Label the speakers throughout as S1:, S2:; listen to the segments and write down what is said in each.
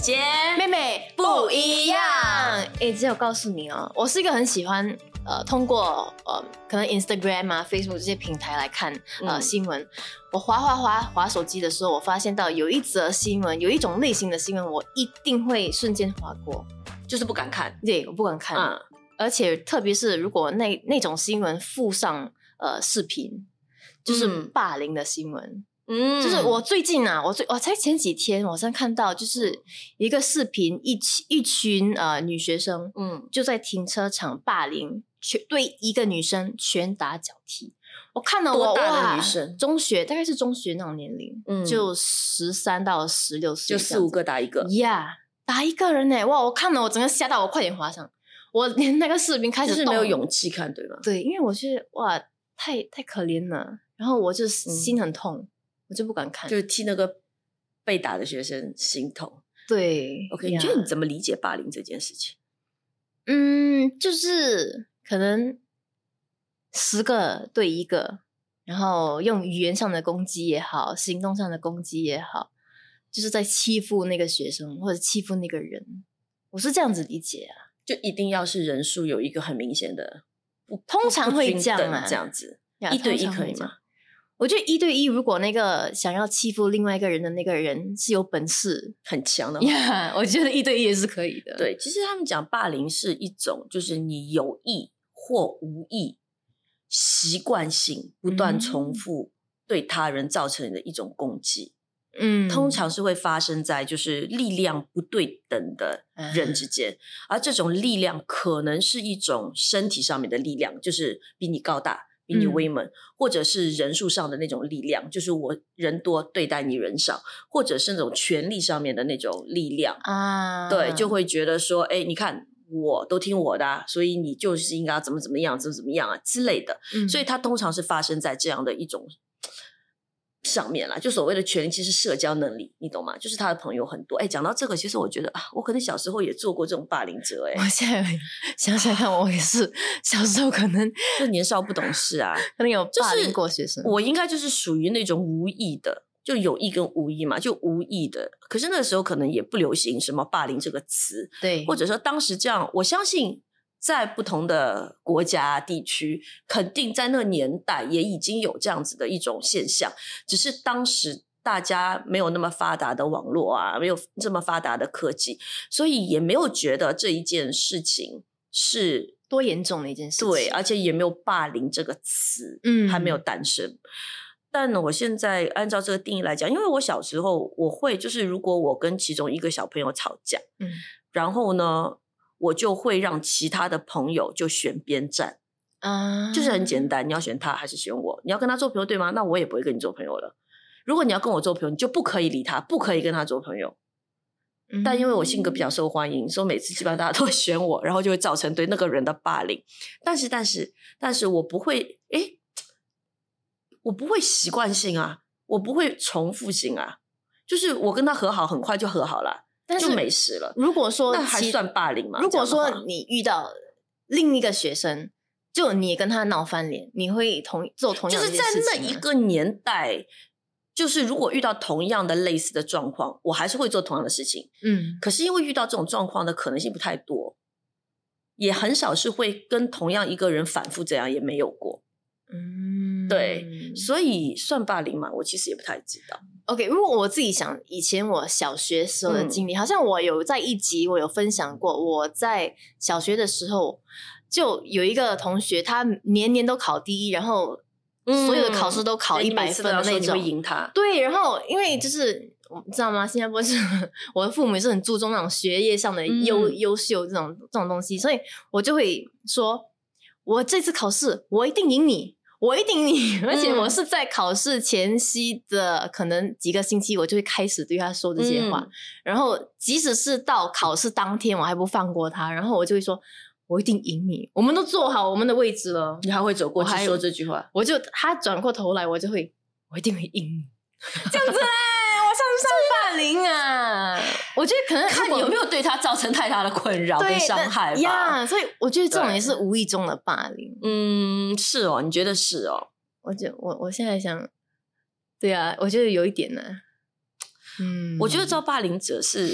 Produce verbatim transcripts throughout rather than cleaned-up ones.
S1: 姐
S2: 妹妹不一样。哎，只有告诉你哦，我是一个很喜欢呃通过呃可能 Instagram 啊 Facebook 这些平台来看呃、嗯、新闻。我滑滑滑滑手机的时候，我发现到有一则新闻，有一种类型的新闻，我一定会瞬间划过，
S1: 就是不敢看。
S2: 对，我不敢看。嗯，而且特别是如果那那种新闻附上呃视频，就是霸凌的新闻。嗯，就是我最近啊，我最我才前几天我才看到，就是一个视频，一一群呃女学生，嗯，就在停车场霸凌，对一个女生拳打脚踢。我看了我，
S1: 多大的女生？
S2: 中学，大概是中学那种年龄，嗯，就十三到十六岁，
S1: 就四五个打一个，
S2: 呀、yeah, ，打一个人呢、欸，哇！我看了，我整个吓到，我快点滑上，我连那个视频开始
S1: 就是没有勇气看，对吧？
S2: 对，因为我觉得哇，太太可怜了，然后我就心很痛。嗯，我就不敢看，
S1: 就替那个被打的学生心痛。
S2: 对
S1: ，OK， 你觉得你怎么理解霸凌这件事情？
S2: 嗯，就是可能十个对一个，然后用语言上的攻击也好，行动上的攻击也好，就是在欺负那个学生或者欺负那个人。我是这样子理解啊，
S1: 就一定要是人数有一个很明显的，
S2: 通常会这样啊，
S1: 这样子，一对一可以吗？
S2: 我觉得一对一，如果那个想要欺负另外一个人的那个人是有本事
S1: 很强的话，
S2: yeah, 我觉得一对一也是可以的。
S1: 对，其实他们讲霸凌是一种，就是你有意或无意、习惯性不断重复对他人造成的一种攻击。嗯，通常是会发生在就是力量不对等的人之间，嗯，而这种力量可能是一种身体上面的力量，就是比你高大，比你威猛，嗯，或者是人数上的那种力量，就是我人多对待你人少，或者是那种权力上面的那种力量啊，对，就会觉得说，哎，你看我都听我的啊，所以你就是应该怎么怎么样，怎么怎么样啊之类的，嗯，所以它通常是发生在这样的一种上面啦，就所谓的权力其实社交能力，你懂吗？就是他的朋友很多。哎，讲到这个，其实我觉得啊，我可能小时候也做过这种霸凌者。哎，
S2: 我现在想想看，我也是小时候可能
S1: 就年少不懂事啊，
S2: 可能有霸凌过学生。
S1: 就是，我应该就是属于那种无意的，就有意跟无意嘛，就无意的。可是那个时候可能也不流行什么霸凌这个词，
S2: 对，
S1: 或者说当时这样，我相信。在不同的国家地区，肯定在那个年代也已经有这样子的一种现象，只是当时大家没有那么发达的网络啊，没有这么发达的科技，所以也没有觉得这一件事情是
S2: 多严重的一件事情。
S1: 对，而且也没有霸凌这个词，嗯，还没有诞生。但我现在按照这个定义来讲，因为我小时候我会就是如果我跟其中一个小朋友吵架，嗯，然后呢我就会让其他的朋友就选边站，啊，就是很简单，你要选他还是选我？你要跟他做朋友对吗？那我也不会跟你做朋友了。如果你要跟我做朋友，你就不可以理他，不可以跟他做朋友。嗯，但因为我性格比较受欢迎，所以每次基本上大家都会选我，然后就会造成对那个人的霸凌。但是，但是，但是我不会，诶，我不会习惯性啊，我不会重复性啊，就是我跟他和好，很快就和好了。但是就没事了。
S2: 如果说
S1: 那还算霸凌吗？
S2: 如果说你遇到另一个学生，就你也跟他闹翻脸，你会同做同样的事情吗？
S1: 就是在那一个年代，就是如果遇到同样的类似的状况，我还是会做同样的事情。嗯，可是因为遇到这种状况的可能性不太多，也很少是会跟同样一个人反复这样，也没有过。嗯，对，所以算霸凌吗？我其实也不太知道。
S2: OK， 如果我自己想以前我小学时候的经历，嗯，好像我有在一集我有分享过，我在小学的时候就有一个同学，他年年都考第一，然后所有的考试都考一百分的那种，
S1: 你会赢他。
S2: 对，然后因为就是你知道吗？新加坡是我的父母也是很注重那种学业上的优、嗯、优秀这种这种东西，所以我就会说，我这次考试我一定赢你。我一定你，而且我是在考试前夕的可能几个星期，我就会开始对他说这些话，嗯，然后即使是到考试当天，我还不放过他，然后我就会说，我一定赢你，我们都坐好我们的位置了，
S1: 你还会走过去说这句话，
S2: 我就他转过头来，我就会，我一定会赢你，这样子嘞。算不算霸凌啊？我觉得可能
S1: 看有没有对他造成太大的困扰跟伤害吧。
S2: 呀，所以我觉得这种也是无意中的霸凌。
S1: 嗯，是哦，你觉得是哦？
S2: 我觉得我我现在想，对啊，我觉得有一点呢。
S1: 嗯，我觉得遭霸凌者是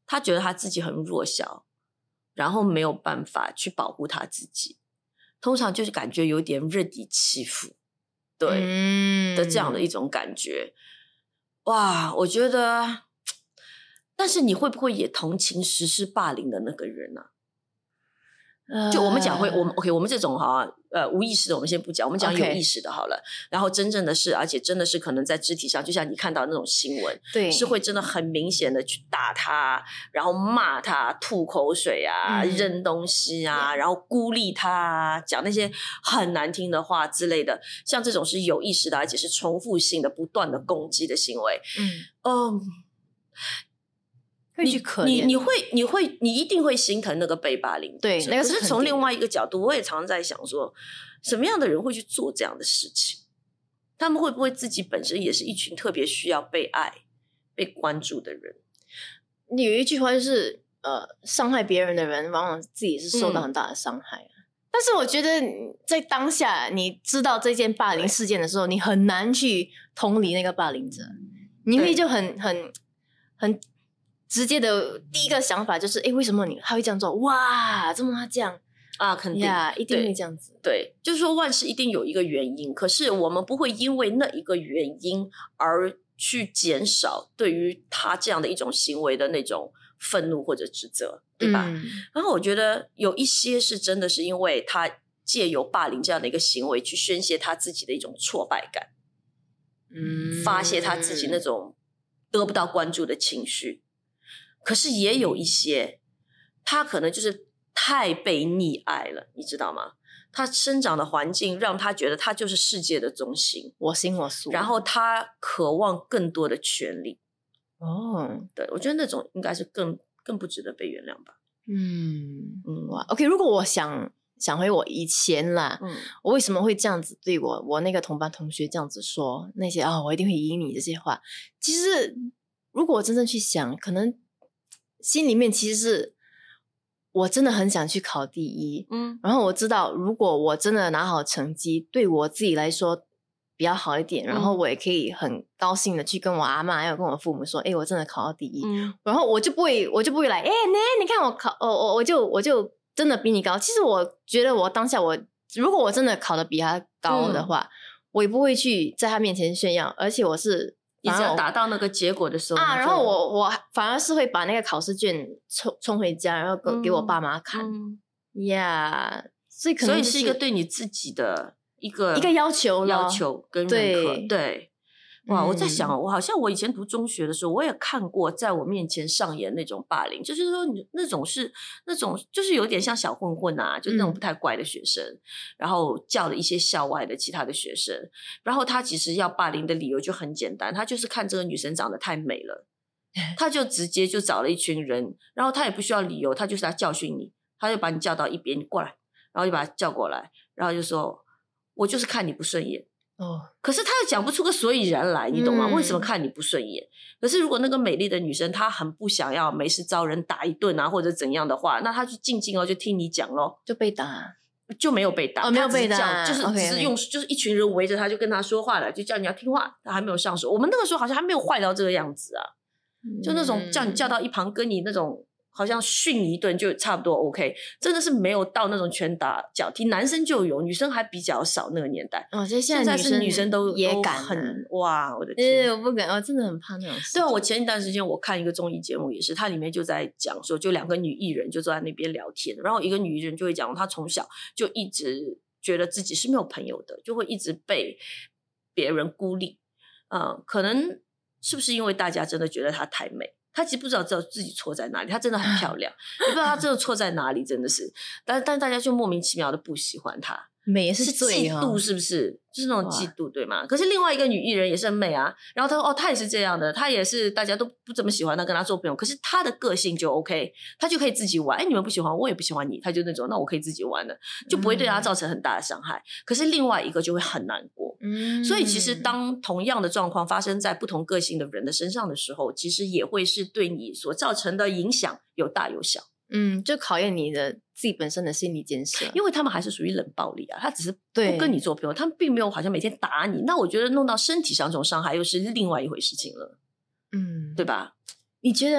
S1: 他觉得他自己很弱小，然后没有办法去保护他自己，通常就是感觉有点热敌欺负，对、嗯、的这样的一种感觉。哇，我觉得，但是你会不会也同情实施霸凌的那个人呢、啊？就我们讲会，我们 OK， 我们这种哈，呃，无意识的我们先不讲，我们讲有意识的好了。Okay. 然后真正的是，而且真的是可能在肢体上，就像你看到那种新闻，
S2: 对，
S1: 是会真的很明显的去打他，然后骂他，吐口水啊，嗯、扔东西啊， yeah. 然后孤立他啊，讲那些很难听的话之类的。像这种是有意识的，而且是重复性的、不断的攻击的行为。嗯嗯。
S2: 会去可怜
S1: 你你会你会你一定会心疼那个被霸凌，
S2: 对，那个是
S1: 可是从另外一个角度，我也常常在想说，什么样的人会去做这样的事情？他们会不会自己本身也是一群特别需要被爱、被关注的人？
S2: 你有一句话就是，呃，伤害别人的人，往往自己也是受到很大的伤害、啊嗯、但是我觉得，在当下你知道这件霸凌事件的时候，你很难去同理那个霸凌者，你会就很很很。直接的第一个想法就是，诶，为什么你他会这样做？哇，怎么他这样
S1: 啊？肯定
S2: 呀， yeah, 一定会这样子。
S1: 对，就是说万事一定有一个原因，可是我们不会因为那一个原因而去减少对于他这样的一种行为的那种愤怒或者指责，对吧？嗯、然后我觉得有一些是真的是因为他借由霸凌这样的一个行为去宣泄他自己的一种挫败感，嗯，发泄他自己那种得不到关注的情绪。可是也有一些他可能就是太被溺爱了，你知道吗？他生长的环境让他觉得他就是世界的中心，
S2: 我行我素，
S1: 然后他渴望更多的权利。
S2: 哦，
S1: 对，我觉得那种应该是更更不值得被原谅吧。
S2: 嗯嗯，哇 OK， 如果我想想回我以前啦，嗯，我为什么会这样子对我我那个同班同学这样子说那些啊、哦，我一定会赢你这些话，其实如果我真正去想，可能心里面其实是我真的很想去考第一，嗯，然后我知道如果我真的拿好成绩，对我自己来说比较好一点，然后我也可以很高兴的去跟我阿嬷还有跟我父母说，诶，我真的考到第一，嗯，然后我就不会我就不会来，诶，你看我考，我我我就我就真的比你高。其实我觉得我当下我如果我真的考得比他高的话，嗯，我也不会去在他面前炫耀，而且我是
S1: 你只要达到那个结果的时候
S2: 啊，然后我我反而是会把那个考试卷冲冲回家，然后给、嗯、给我爸妈看呀、嗯 yeah, 所以可能、就是、
S1: 所以是一个对你自己的一个
S2: 一个要求咯，
S1: 要求跟认可。 对, 对哇、嗯，我在想，我好像我以前读中学的时候，我也看过在我面前上演那种霸凌，就是说你那种是那种就是有点像小混混啊，就那种不太乖的学生、嗯、然后叫了一些校外的其他的学生，然后他其实要霸凌的理由就很简单，他就是看这个女生长得太美了，他就直接就找了一群人，然后他也不需要理由，他就是来教训你，他就把你叫到一边，你过来，然后就把他叫过来，然后就说我就是看你不顺眼哦，可是他又讲不出个所以然来，你懂吗、嗯、为什么看你不顺眼？可是如果那个美丽的女生她很不想要没事遭人打一顿啊或者怎样的话，那她就静静哦就听你讲咯，
S2: 就被打，
S1: 就没有被打、
S2: 哦、没有被打，
S1: 就是只是用 okay, 就是一群人围着他就跟他说话了，就叫你要听话，他还没有上手。我们那个时候好像还没有坏到这个样子啊、嗯、就那种叫你叫到一旁跟你那种好像训一顿就差不多 OK， 真的是没有到那种拳打脚踢，男生就有，女生还比较少那个年代。
S2: 哦，现
S1: 在是女生都
S2: 也敢
S1: 都很哇，我的天，
S2: 呃，我不敢，我真的很怕那种事。
S1: 对啊，我前一段时间我看一个综艺节目也是，它里面就在讲说，就两个女艺人就坐在那边聊天，然后一个女艺人就会讲，她从小就一直觉得自己是没有朋友的，就会一直被别人孤立。嗯，可能是不是因为大家真的觉得她太美？她其实不知道知道自己错在哪里，她真的很漂亮，你不知道她真的错在哪里，真的是，但但大家就莫名其妙的不喜欢她，
S2: 美是
S1: 罪、哦、是嫉妒，是不是？就是那种嫉妒，对吗？可是另外一个女艺人也是很美啊，然后她说哦，她也是这样的，她也是大家都不怎么喜欢她，跟她做朋友，可是她的个性就 OK， 她就可以自己玩。哎，你们不喜欢我，也不喜欢你，她就那种，那我可以自己玩的，就不会对她造成很大的伤害、嗯、可是另外一个就会很难过。嗯，所以其实当同样的状况发生在不同个性的人的身上的时候，其实也会是对你所造成的影响有大有小。
S2: 嗯，就考验你的自己本身的心理建设，
S1: 因为他们还是属于冷暴力啊，他只是不跟你做朋友，他们并没有好像每天打你，那我觉得弄到身体上这种伤害又是另外一回事情了，嗯，对吧？
S2: 你觉得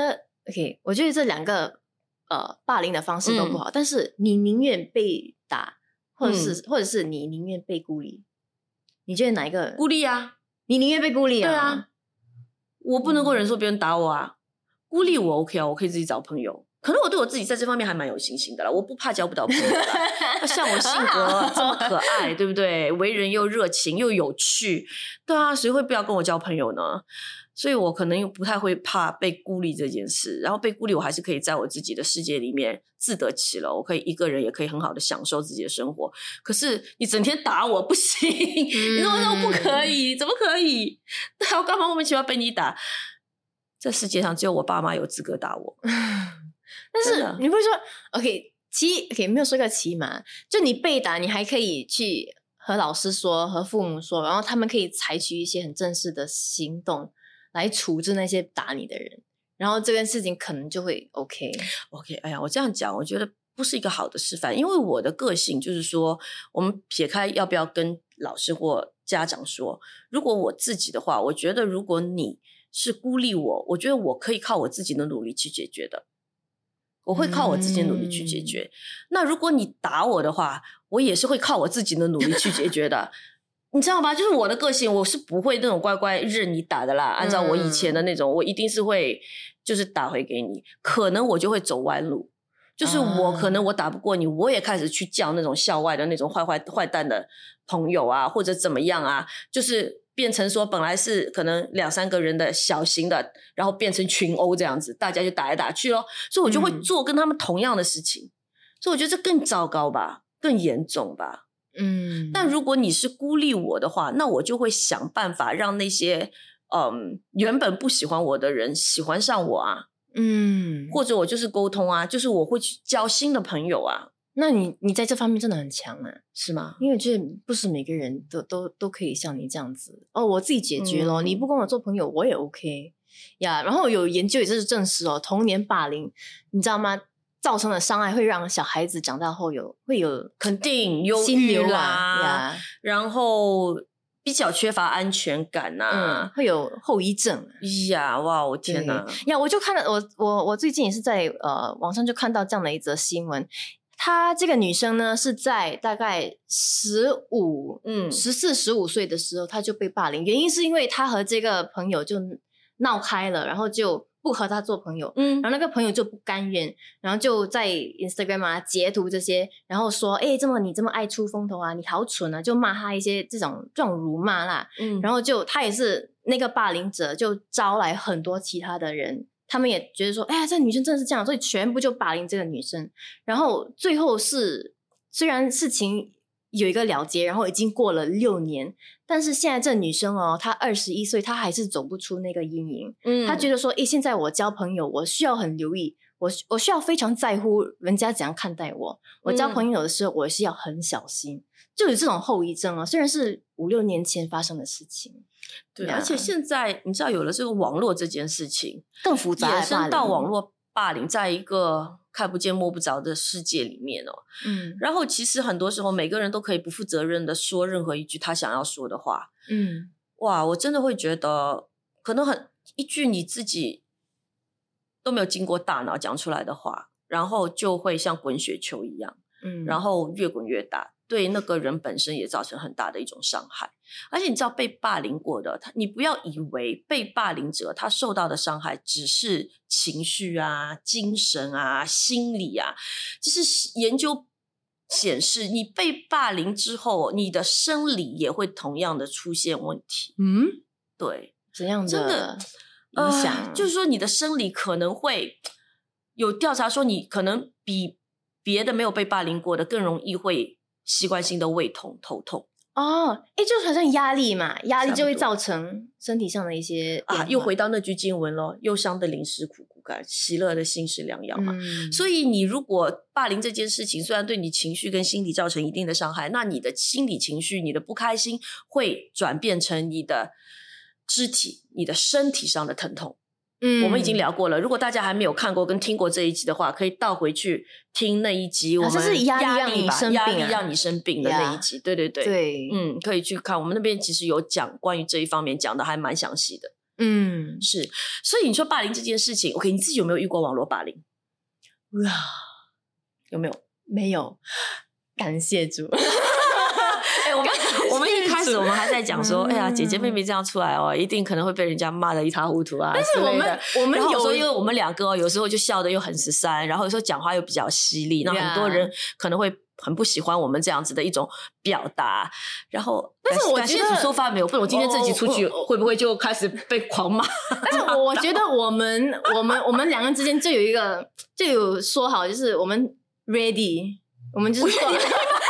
S2: OK， 我觉得这两个呃霸凌的方式都不好，嗯、但是你宁愿被打，或者是、嗯、或者是你宁愿被孤立，你觉得哪一个？
S1: 孤立啊，
S2: 你宁愿被孤立啊？
S1: 对啊，我不能够忍受别人打我啊，嗯、孤立我 OK 啊，我可以自己找朋友。可能我对我自己在这方面还蛮有信心的啦，我不怕交不到朋友的。像我性格这么可爱，对不对？为人又热情又有趣，对啊，谁会不要跟我交朋友呢？所以我可能又不太会怕被孤立这件事，然后被孤立我还是可以在我自己的世界里面自得其乐，我可以一个人也可以很好的享受自己的生活。可是你整天打我不行，嗯、你怎么说不可以？怎么可以？对啊，我干嘛莫名其妙被你打？这世界上只有我爸妈有资格打我。
S2: 但是你不会说 OK 骑 OK 没有说个骑嘛，就你被打你还可以去和老师说和父母说，然后他们可以采取一些很正式的行动来处置那些打你的人，然后这件事情可能就会 OK
S1: OK 哎呀，我这样讲我觉得不是一个好的示范，因为我的个性就是说，我们撇开要不要跟老师或家长说，如果我自己的话，我觉得如果你是孤立我，我觉得我可以靠我自己的努力去解决的，我会靠我自己的努力去解决、嗯、那如果你打我的话，我也是会靠我自己的努力去解决的你知道吗？就是我的个性，我是不会那种乖乖任你打的啦、嗯、按照我以前的那种，我一定是会就是打回给你，可能我就会走弯路，就是我可能我打不过你，我也开始去叫那种校外的那种坏坏坏蛋的朋友啊，或者怎么样啊，就是变成说本来是可能两三个人的小型的，然后变成群殴这样子，大家就打来打去咯，所以我就会做跟他们同样的事情、嗯、所以我觉得这更糟糕吧，更严重吧。嗯，但如果你是孤立我的话，那我就会想办法让那些嗯原本不喜欢我的人喜欢上我啊，嗯，或者我就是沟通啊，就是我会去交新的朋友啊。
S2: 那你你在这方面真的很强啊，
S1: 是吗？
S2: 因为我觉得不是每个人都都都可以像你这样子哦，我自己解决咯、嗯、你不跟我做朋友我也 OK 呀。然后有研究也就是证实哦，童年霸凌你知道吗，造成的伤害会让小孩子长大后有会有
S1: 肯定忧郁啦，然后比较缺乏安全感啊、
S2: 嗯、会有后遗症
S1: 呀。哇，我天哪
S2: 呀！我就看到我我我最近也是在呃网上就看到这样的一则新闻，她这个女生呢是在大概十五嗯十四十五岁的时候她就被霸凌，原因是因为她和这个朋友就闹开了，然后就不和他做朋友，嗯，然后那个朋友就不甘愿，然后就在 Instagram 啊截图这些，然后说，哎，这么你这么爱出风头啊，你好蠢啊，就骂他一些这种这种辱骂啦，嗯，然后就他也是那个霸凌者，就招来很多其他的人，他们也觉得说，哎呀，这女生真的是这样，所以全部就霸凌这个女生，然后最后是虽然事情有一个了结，然后已经过了六年，但是现在这女生哦，她二十一岁，她还是走不出那个阴影。嗯，她觉得说，诶，现在我交朋友，我需要很留意，我我需要非常在乎人家怎样看待我。我交朋友的时候，我是要很小心，就有这种后遗症啊。虽然是五六年前发生的事情，
S1: 对，而且现在你知道有了这个网络这件事情，
S2: 更复杂，
S1: 衍生到网络霸凌，在一个看不见摸不着的世界里面哦，嗯，然后其实很多时候每个人都可以不负责任的说任何一句他想要说的话，嗯，哇，我真的会觉得可能很一句你自己都没有经过大脑讲出来的话，然后就会像滚雪球一样，嗯，然后越滚越大，对那个人本身也造成很大的一种伤害。而且你知道被霸凌过的他，你不要以为被霸凌者他受到的伤害只是情绪啊、精神啊、心理啊，就是研究显示你被霸凌之后你的生理也会同样的出现问题。嗯，对，
S2: 怎样的
S1: 真的
S2: 影响、
S1: 呃、就是说你的生理可能会有调查说你可能比别的没有被霸凌过的更容易会习惯性的胃痛、头痛。
S2: 哦，诶，就好像压力嘛，压力就会造成身体上的一些
S1: 啊，又回到那句经文咯，忧伤的灵是苦苦甘，喜乐的心是良药嘛、嗯、所以你如果霸凌这件事情虽然对你情绪跟心理造成一定的伤害，那你的心理情绪你的不开心会转变成你的肢体你的身体上的疼痛。嗯，我们已经聊过了，如果大家还没有看过跟听过这一集的话，可以倒回去听那一集我们
S2: 压力让你生病、啊、
S1: 压力让你生病的那一集、yeah, 对对对
S2: 对，
S1: 嗯，可以去看，我们那边其实有讲关于这一方面，讲的还蛮详细的。
S2: 嗯，
S1: 是，所以你说霸凌这件事情 ，OK， 你自己有没有遇过网络霸凌？
S2: 哇，
S1: 有没有？
S2: 没有，感谢主。
S1: 哎、欸，我们我们一开始我们还在讲说，
S2: 嗯、
S1: 哎呀，姐姐妹妹这样出来哦，一定可能会被人家骂得一塌糊涂啊。
S2: 但是我们我们有
S1: 时候，因为我们两个、哦、有时候就笑得又很十三，然后有时候讲话又比较犀利，那很多人可能会很不喜欢我们这样子的一种表达。然后，
S2: 但是我觉得
S1: 感谢主说发没有，不然我今天这集出去会不会就开始被狂骂？
S2: 但是我觉得我们我们我们两个人之间就有一个就有说好，就是我们 ready， 我们就是说。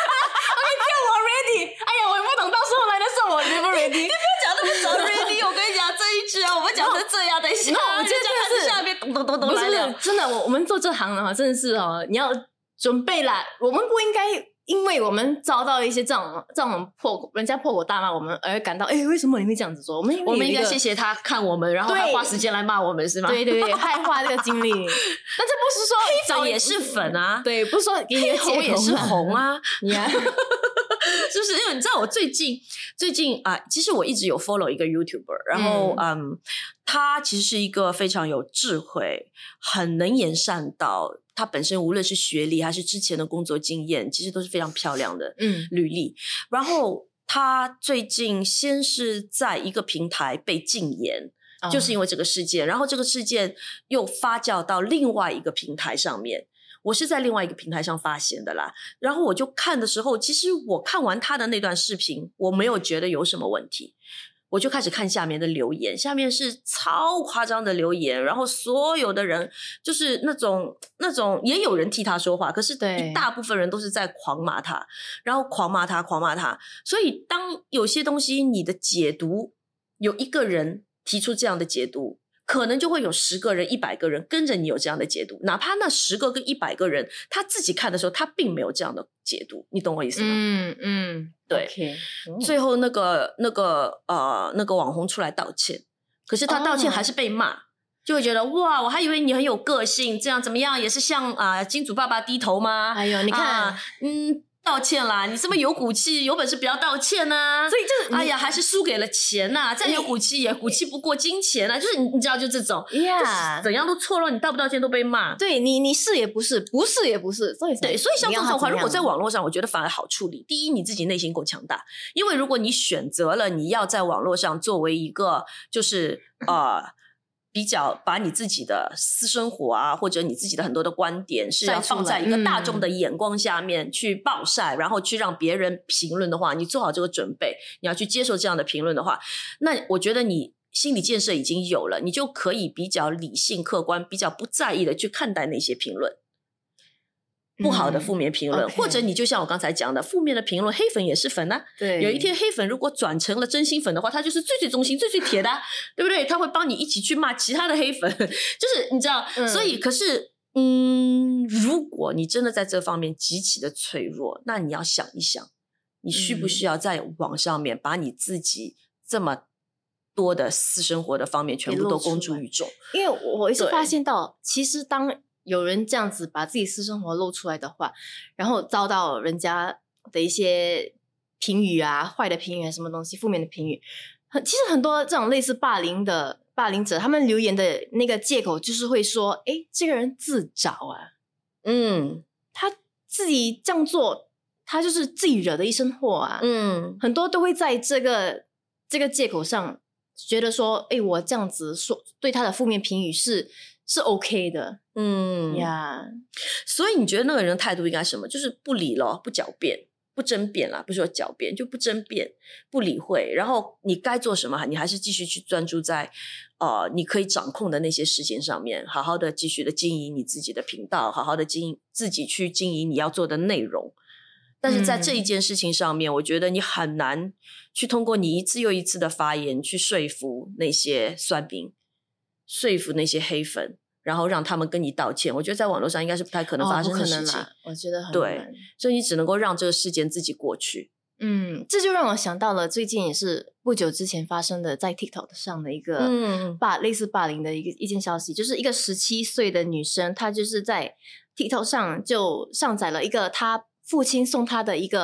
S2: 我 never ready，
S1: 你不要讲那么早 ready。我跟你讲这一句啊，我们讲成这样，等一下，
S2: 我觉得
S1: 这是下面咚咚咚咚来了。
S2: 真的，我我们做这行的话，真的是哦，你要准备啦。我们不应该因为我们遭到一些这种这种破人家破口大骂我们而感到，哎、欸，为什么你会这样子做？我们
S1: 我们应该谢谢他看我们，然后他花时间来骂我们，是吗？
S2: 对对对，害花这个精力。但这不是说
S1: 黑粉也是粉啊，
S2: 对，不是说给你
S1: 红也是红啊，
S2: 你啊。
S1: 是不是？因为你知道我最近最近啊，其实我一直有 follow 一个 YouTuber， 然后嗯, 嗯，他其实是一个非常有智慧、很能言善道。他本身无论是学历还是之前的工作经验，其实都是非常漂亮的履历。嗯、然后他最近先是在一个平台被禁言。哦、就是因为这个事件，然后这个事件又发酵到另外一个平台上面。我是在另外一个平台上发现的啦，然后我就看的时候，其实我看完他的那段视频，我没有觉得有什么问题，我就开始看下面的留言，下面是超夸张的留言，然后所有的人就是那种那种也有人替他说话，可是一大部分人都是在狂骂他，然后狂骂他狂骂他，所以当有些东西你的解读有一个人提出这样的解读，可能就会有十个人、一百个人跟着你有这样的解读，哪怕那十个跟一百个人他自己看的时候，他并没有这样的解读，你懂我意思吗？
S2: 嗯嗯，
S1: 对。
S2: Okay.
S1: 最后那个那个呃那个网红出来道歉，可是他道歉还是被骂， oh. 就会觉得哇，我还以为你很有个性，这样怎么样也是向啊、呃、金主爸爸低头吗？
S2: 哎呦，你看，
S1: 啊、嗯。道歉啦！你这么有骨气，有本事不要道歉啊！
S2: 所以就是，
S1: 哎呀，还是输给了钱呐、啊！再有骨气也骨气不过金钱啊！就是你，你知道，就这种，
S2: yeah.
S1: 怎样都错了，你道不道歉都被骂。
S2: 对你，你是也不是，不是也不是，所以
S1: 对，所以像这种话，如果在网络上，我觉得反而好处理。第一，你自己内心够强大，因为如果你选择了你要在网络上作为一个，就是呃。比较把你自己的私生活啊，或者你自己的很多的观点是要放在一个大众的眼光下面去暴晒、嗯、然后去让别人评论的话，你做好这个准备，你要去接受这样的评论的话，那我觉得你心理建设已经有了，你就可以比较理性客观，比较不在意的去看待那些评论，不好的负面评论、嗯 okay. 或者你就像我刚才讲的，负面的评论，黑粉也是粉啊。
S2: 对，
S1: 有一天黑粉如果转成了真心粉的话，他就是最最忠心最最铁的、啊、对不对？他会帮你一起去骂其他的黑粉，就是你知道、嗯、所以可是嗯，如果你真的在这方面极其的脆弱，那你要想一想，你需不需要在网上面把你自己这么多的私生活的方面全部都公诸于众？
S2: 因为我一直发现到，其实当有人这样子把自己私生活露出来的话，然后遭到人家的一些评语啊，坏的评语啊，什么东西负面的评语，很其实很多这种类似霸凌的霸凌者，他们留言的那个借口就是会说，诶，这个人自找啊，
S1: 嗯，
S2: 他自己这样做，他就是自己惹的一身祸啊，
S1: 嗯，
S2: 很多都会在这个这个借口上觉得说，诶，我这样子说对他的负面评语是是 OK 的，
S1: 嗯
S2: 呀， yeah.
S1: 所以你觉得那个人的态度应该什么？就是不理咯，不狡辩，不争辩啦，不是说狡辩，就不争辩，不理会，然后你该做什么，你还是继续去专注在呃你可以掌控的那些事情上面，好好的继续的经营你自己的频道，好好的经营自己去经营你要做的内容。但是在这一件事情上面、嗯、我觉得你很难去通过你一次又一次的发言去说服那些酸民，说服那些黑粉，然后让他们跟你道歉。我觉得在网络上应该是不太可能发生的事情、哦、不可能啦，
S2: 我觉得很难。
S1: 对，所以你只能够让这个事件自己过去。
S2: 嗯，这就让我想到了最近也是不久之前发生的在 TikTok 上的一个霸、嗯、类似霸凌的一个一件消息，就是一个十七岁的女生，她就是在 TikTok 上就上载了一个她父亲送她的一个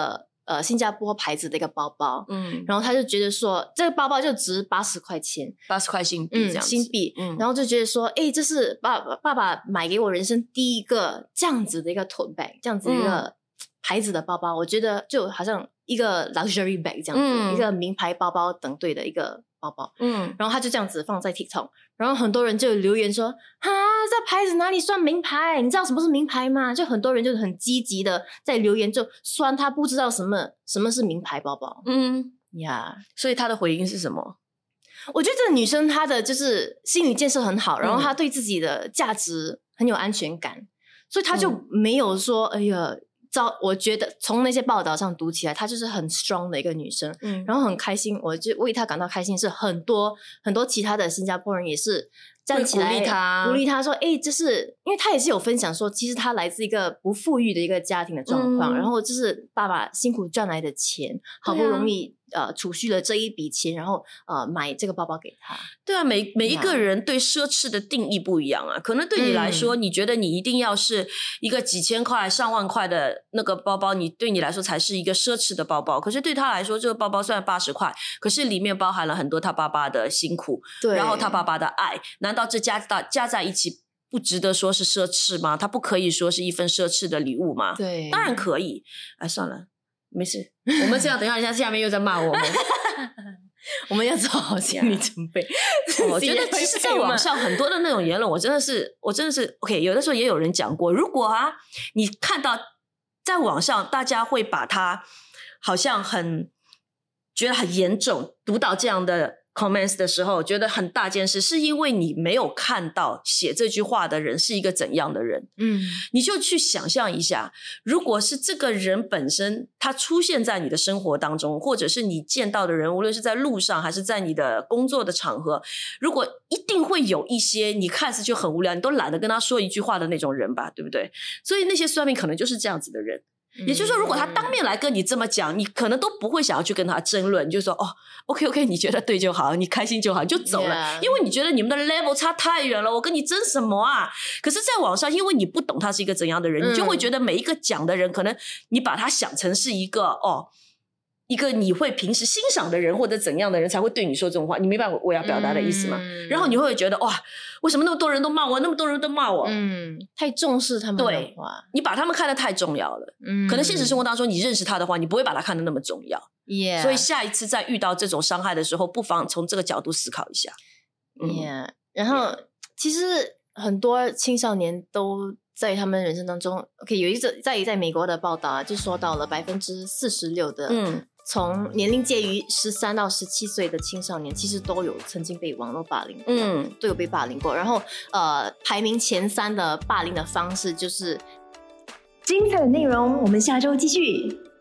S2: 呃新加坡牌子的一个包包，
S1: 嗯，
S2: 然后他就觉得说这个包包就值八十块钱，
S1: 八十块新币这样子，
S2: 嗯、新币，
S1: 嗯，
S2: 然后就觉得说，哎，这是爸爸爸爸买给我人生第一个这样子的一个 tote bag， 这样子一个、嗯。牌子的包包，我觉得就好像一个 luxury bag 这样子、嗯、一个名牌包包等对的一个包包，嗯，然后他就这样子放在 TikTok， 然后很多人就留言说，哈，这牌子哪里算名牌？你知道什么是名牌吗？就很多人就很积极的在留言，就酸他不知道什么什么是名牌包包，嗯呀， yeah.
S1: 所以他的回应是什么？
S2: 我觉得这个女生她的就是心理建设很好，然后她对自己的价值很有安全感，所以她就没有说，哎呀。我觉得从那些报道上读起来，她就是很 strong 的一个女生，嗯，然后很开心，我就为她感到开心。是很多很多其他的新加坡人也是站起来
S1: 鼓励她，
S2: 鼓励她说：“哎，这是因为她也是有分享说，其实她来自一个不富裕的一个家庭的状况，嗯、然后就是爸爸辛苦赚来的钱，好不容易、啊、呃储蓄了这一笔钱，然后呃买这个包包给她。
S1: 对啊，每每一个人对奢侈的定义不一样啊，可能对你来说、嗯，你觉得你一定要是一个几千块、上万块的那个包包，你对你来说才是一个奢侈的包包。可是对他来说，这个包包虽然八十块，可是里面包含了很多他爸爸的辛苦，对，然后他爸爸的爱，难道这加大加在一起不值得说是奢侈吗？它不可以说是一份奢侈的礼物吗？
S2: 对，
S1: 当然可以。哎，算了，没事，我们这样，等一下，人家下面又在骂我们。
S2: 我们要做好心理准备。
S1: 我觉得其实在网上很多的那种言论，我真的是，我真的是 OK。有的时候也有人讲过，如果啊，你看到在网上大家会把它好像很觉得很严重，读到这样的 comments 的时候，觉得很大件事，是因为你没有看到写这句话的人是一个怎样的人。嗯，你就去想象一下，如果是这个人本身他出现在你的生活当中，或者是你见到的人，无论是在路上还是在你的工作的场合，如果一定会有一些你看似就很无聊，你都懒得跟他说一句话的那种人吧，对不对？所以那些算命可能就是这样子的人。也就是说，如果他当面来跟你这么讲，你可能都不会想要去跟他争论，你就说哦 ，OK OK， 你觉得对就好，你开心就好，你就走了， yeah. 因为你觉得你们的 level 差太远了，我跟你争什么啊？可是在网上，因为你不懂他是一个怎样的人，嗯、你就会觉得每一个讲的人，可能你把他想成是一个哦。一个你会平时欣赏的人或者怎样的人才会对你说这种话，你明白我我要表达的意思吗？嗯、然后你会觉得哇，为什么那么多人都骂我，那么多人都骂我？
S2: 嗯，太重视他们的话，
S1: 对，你把他们看得太重要了。嗯，可能现实生活当中你认识他的话，你不会把他看得那么重要。
S2: Yeah.
S1: 所以下一次在遇到这种伤害的时候，不妨从这个角度思考一下。
S2: 嗯 yeah. 然后、yeah. 其实很多青少年都在他们人生当中 ，OK， 有一个在在美国的报道啊，就说到了百分之四十六的，嗯。从年龄介于十三到十七岁的青少年，其实都有曾经被网络霸凌，嗯，都有被霸凌过。然后，呃，排名前三的霸凌的方式就是
S3: 精彩的内容，我们下周继续。